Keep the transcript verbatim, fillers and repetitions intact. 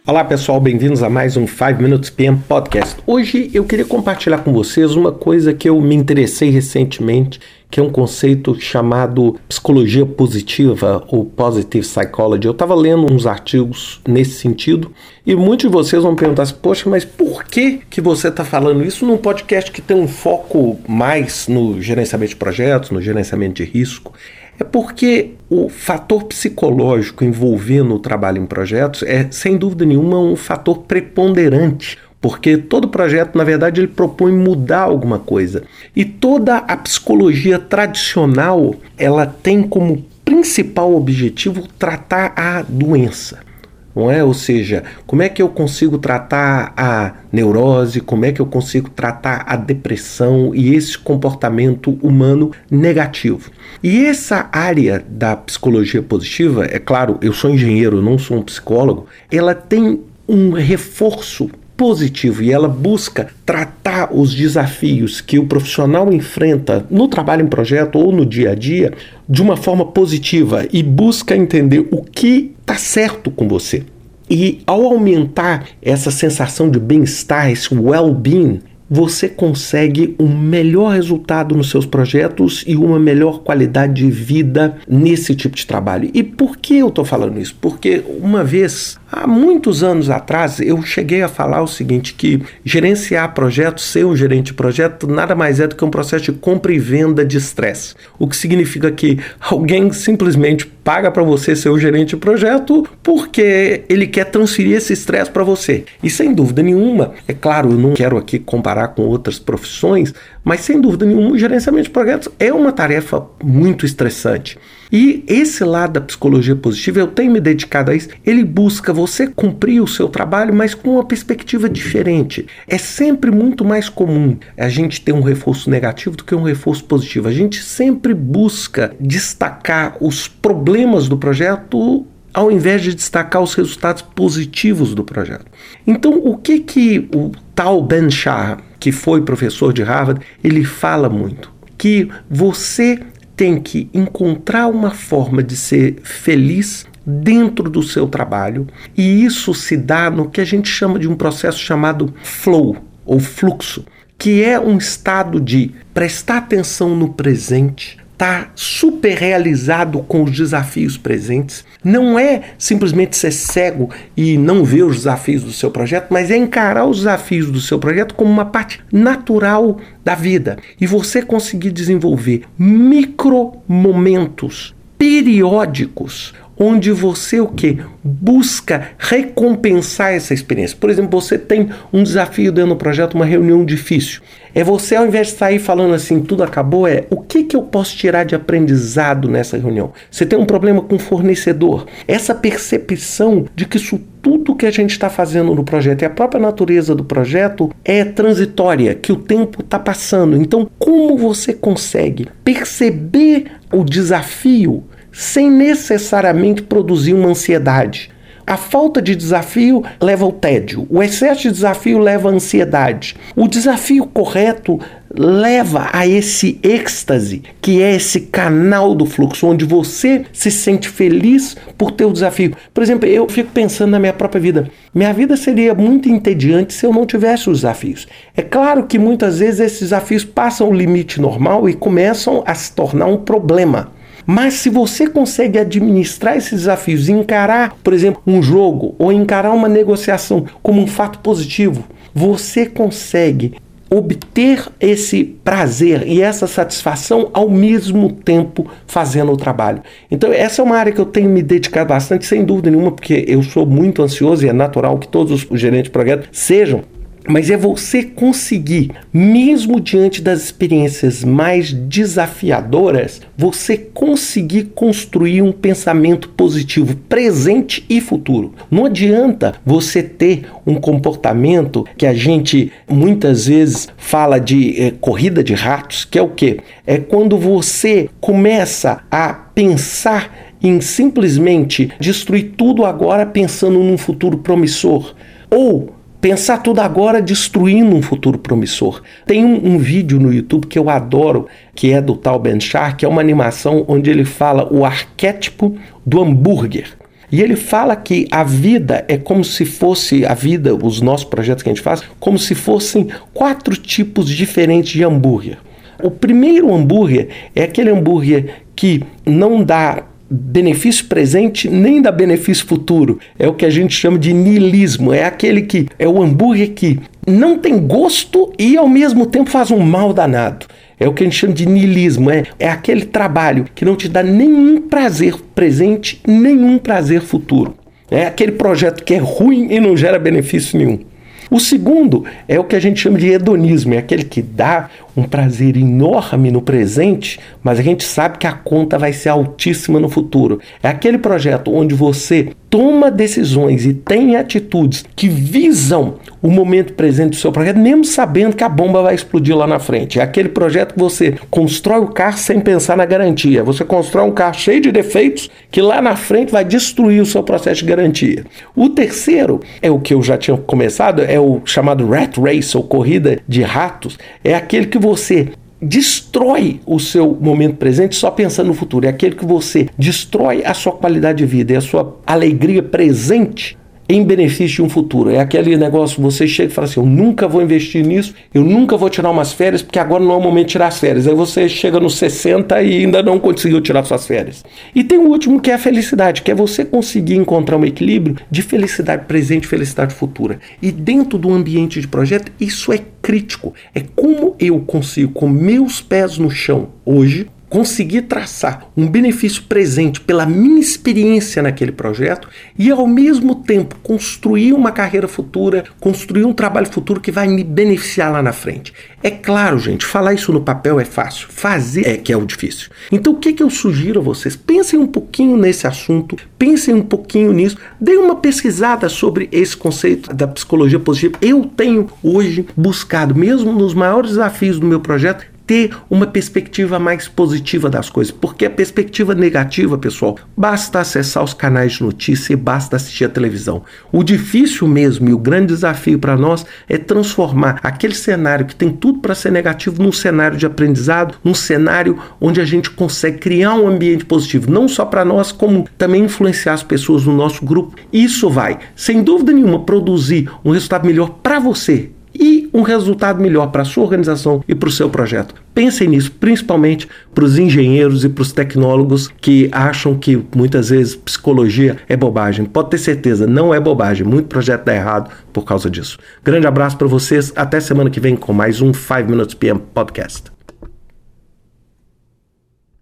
Olá pessoal, bem-vindos a mais um five minutes P M Podcast. Hoje eu queria compartilhar com vocês uma coisa que eu me interessei recentemente, que é um conceito chamado psicologia positiva ou positive psychology. Eu estava lendo uns artigos nesse sentido e muitos de vocês vão perguntar assim, poxa, mas por que, que você está falando isso num podcast que tem um foco mais no gerenciamento de projetos, no gerenciamento de risco? É porque o fator psicológico envolvendo o trabalho em projetos é, sem dúvida nenhuma, um fator preponderante, porque todo projeto, na verdade, ele propõe mudar alguma coisa. E toda a psicologia tradicional, ela tem como principal objetivo tratar a doença. Não é? Ou seja, como é que eu consigo tratar a neurose, como é que eu consigo tratar a depressão e esse comportamento humano negativo. E essa área da psicologia positiva, é claro, eu sou engenheiro, não sou um psicólogo, ela tem um reforço positivo e ela busca tratar os desafios que o profissional enfrenta no trabalho em projeto ou no dia a dia de uma forma positiva e busca entender o que está certo com você. E ao aumentar essa sensação de bem-estar, esse well-being, você consegue um melhor resultado nos seus projetos e uma melhor qualidade de vida nesse tipo de trabalho. E por que eu estou falando isso? Porque uma vez, há muitos anos atrás, eu cheguei a falar o seguinte, que gerenciar projetos, ser um gerente de projeto, nada mais é do que um processo de compra e venda de estresse. O que significa que alguém simplesmente paga para você ser o gerente de projeto porque ele quer transferir esse estresse para você. E sem dúvida nenhuma, é claro, eu não quero aqui comparar com outras profissões, mas sem dúvida nenhuma o gerenciamento de projetos é uma tarefa muito estressante. E esse lado da psicologia positiva, eu tenho me dedicado a isso, ele busca você cumprir o seu trabalho, mas com uma perspectiva diferente. É sempre muito mais comum a gente ter um reforço negativo do que um reforço positivo. A gente sempre busca destacar os problemas do projeto ao invés de destacar os resultados positivos do projeto. Então, o que que o Tal Ben-Shahar, que foi professor de Harvard, ele fala muito? Que você tem que encontrar uma forma de ser feliz dentro do seu trabalho, e isso se dá no que a gente chama de um processo chamado flow, ou fluxo, que é um estado de prestar atenção no presente, estar super realizado com os desafios presentes. Não é simplesmente ser cego e não ver os desafios do seu projeto, mas é encarar os desafios do seu projeto como uma parte natural da vida. E você conseguir desenvolver micro momentos periódicos onde você o quê? Busca recompensar essa experiência. Por exemplo, você tem um desafio dentro do projeto, uma reunião difícil. É você, ao invés de sair falando assim, tudo acabou, é o que, que eu posso tirar de aprendizado nessa reunião? Você tem um problema com o fornecedor. Essa percepção de que isso tudo que a gente está fazendo no projeto e a própria natureza do projeto é transitória, que o tempo está passando. Então, como você consegue perceber o desafio sem necessariamente produzir uma ansiedade? A falta de desafio leva ao tédio, o excesso de desafio leva à ansiedade. O desafio correto leva a esse êxtase, que é esse canal do fluxo, onde você se sente feliz por ter o desafio. Por exemplo, eu fico pensando na minha própria vida. Minha vida seria muito entediante se eu não tivesse os desafios. É claro que muitas vezes esses desafios passam o limite normal e começam a se tornar um problema. Mas se você consegue administrar esses desafios, encarar, por exemplo, um jogo ou encarar uma negociação como um fato positivo, você consegue obter esse prazer e essa satisfação ao mesmo tempo fazendo o trabalho. Então essa é uma área que eu tenho me dedicado bastante, sem dúvida nenhuma, porque eu sou muito ansioso e é natural que todos os gerentes de projeto sejam. Mas é você conseguir, mesmo diante das experiências mais desafiadoras, você conseguir construir um pensamento positivo, presente e futuro. Não adianta você ter um comportamento que a gente muitas vezes fala de é, corrida de ratos, que é o quê? É quando você começa a pensar em simplesmente destruir tudo agora pensando num futuro promissor. Ou pensar tudo agora destruindo um futuro promissor. Tem um, um vídeo no YouTube que eu adoro, que é do Tal Ben-Shahar, que é uma animação onde ele fala o arquétipo do hambúrguer. E ele fala que a vida é como se fosse, a vida, os nossos projetos que a gente faz, como se fossem quatro tipos diferentes de hambúrguer. O primeiro hambúrguer é aquele hambúrguer que não dá benefício presente nem dá benefício futuro. É o que a gente chama de niilismo. É aquele que é o hambúrguer que não tem gosto e ao mesmo tempo faz um mal danado. É o que a gente chama de niilismo. É, é aquele trabalho que não te dá nenhum prazer presente, nenhum prazer futuro. É aquele projeto que é ruim e não gera benefício nenhum. O segundo é o que a gente chama de hedonismo, é aquele que dá um prazer enorme no presente, mas a gente sabe que a conta vai ser altíssima no futuro. É aquele projeto onde você toma decisões e tem atitudes que visam o momento presente do seu projeto, mesmo sabendo que a bomba vai explodir lá na frente. É aquele projeto que você constrói o carro sem pensar na garantia. Você constrói um carro cheio de defeitos que lá na frente vai destruir o seu processo de garantia. O terceiro é o que eu já tinha começado, é o chamado rat race, ou corrida de ratos. É aquele que você destrói o seu momento presente só pensando no futuro. É aquele que você destrói a sua qualidade de vida e a sua alegria presente em benefício de um futuro. É aquele negócio, você chega e fala assim, eu nunca vou investir nisso, eu nunca vou tirar umas férias, porque agora não é o momento de tirar as férias. Aí você chega nos sessenta e ainda não conseguiu tirar suas férias. E tem o último, que é a felicidade, que é você conseguir encontrar um equilíbrio de felicidade presente e felicidade futura. E dentro do ambiente de projeto, isso é crítico. É como eu consigo, com meus pés no chão hoje, conseguir traçar um benefício presente pela minha experiência naquele projeto e, ao mesmo tempo, construir uma carreira futura, construir um trabalho futuro que vai me beneficiar lá na frente. É claro, gente, falar isso no papel é fácil, fazer é que é o difícil. Então, o que, que eu sugiro a vocês? Pensem um pouquinho nesse assunto, pensem um pouquinho nisso, deem uma pesquisada sobre esse conceito da psicologia positiva. Eu tenho hoje buscado, mesmo nos maiores desafios do meu projeto, ter uma perspectiva mais positiva das coisas, porque a perspectiva negativa, pessoal, basta acessar os canais de notícia e basta assistir a televisão. O difícil mesmo e o grande desafio para nós é transformar aquele cenário que tem tudo para ser negativo num cenário de aprendizado, num cenário onde a gente consegue criar um ambiente positivo, não só para nós, como também influenciar as pessoas no nosso grupo. Isso vai, sem dúvida nenhuma, produzir um resultado melhor para você e um resultado melhor para a sua organização e para o seu projeto. Pensem nisso, principalmente para os engenheiros e para os tecnólogos que acham que muitas vezes psicologia é bobagem. Pode ter certeza, não é bobagem. Muito projeto dá errado por causa disso. Grande abraço para vocês, até semana que vem com mais um five minutes P M Podcast.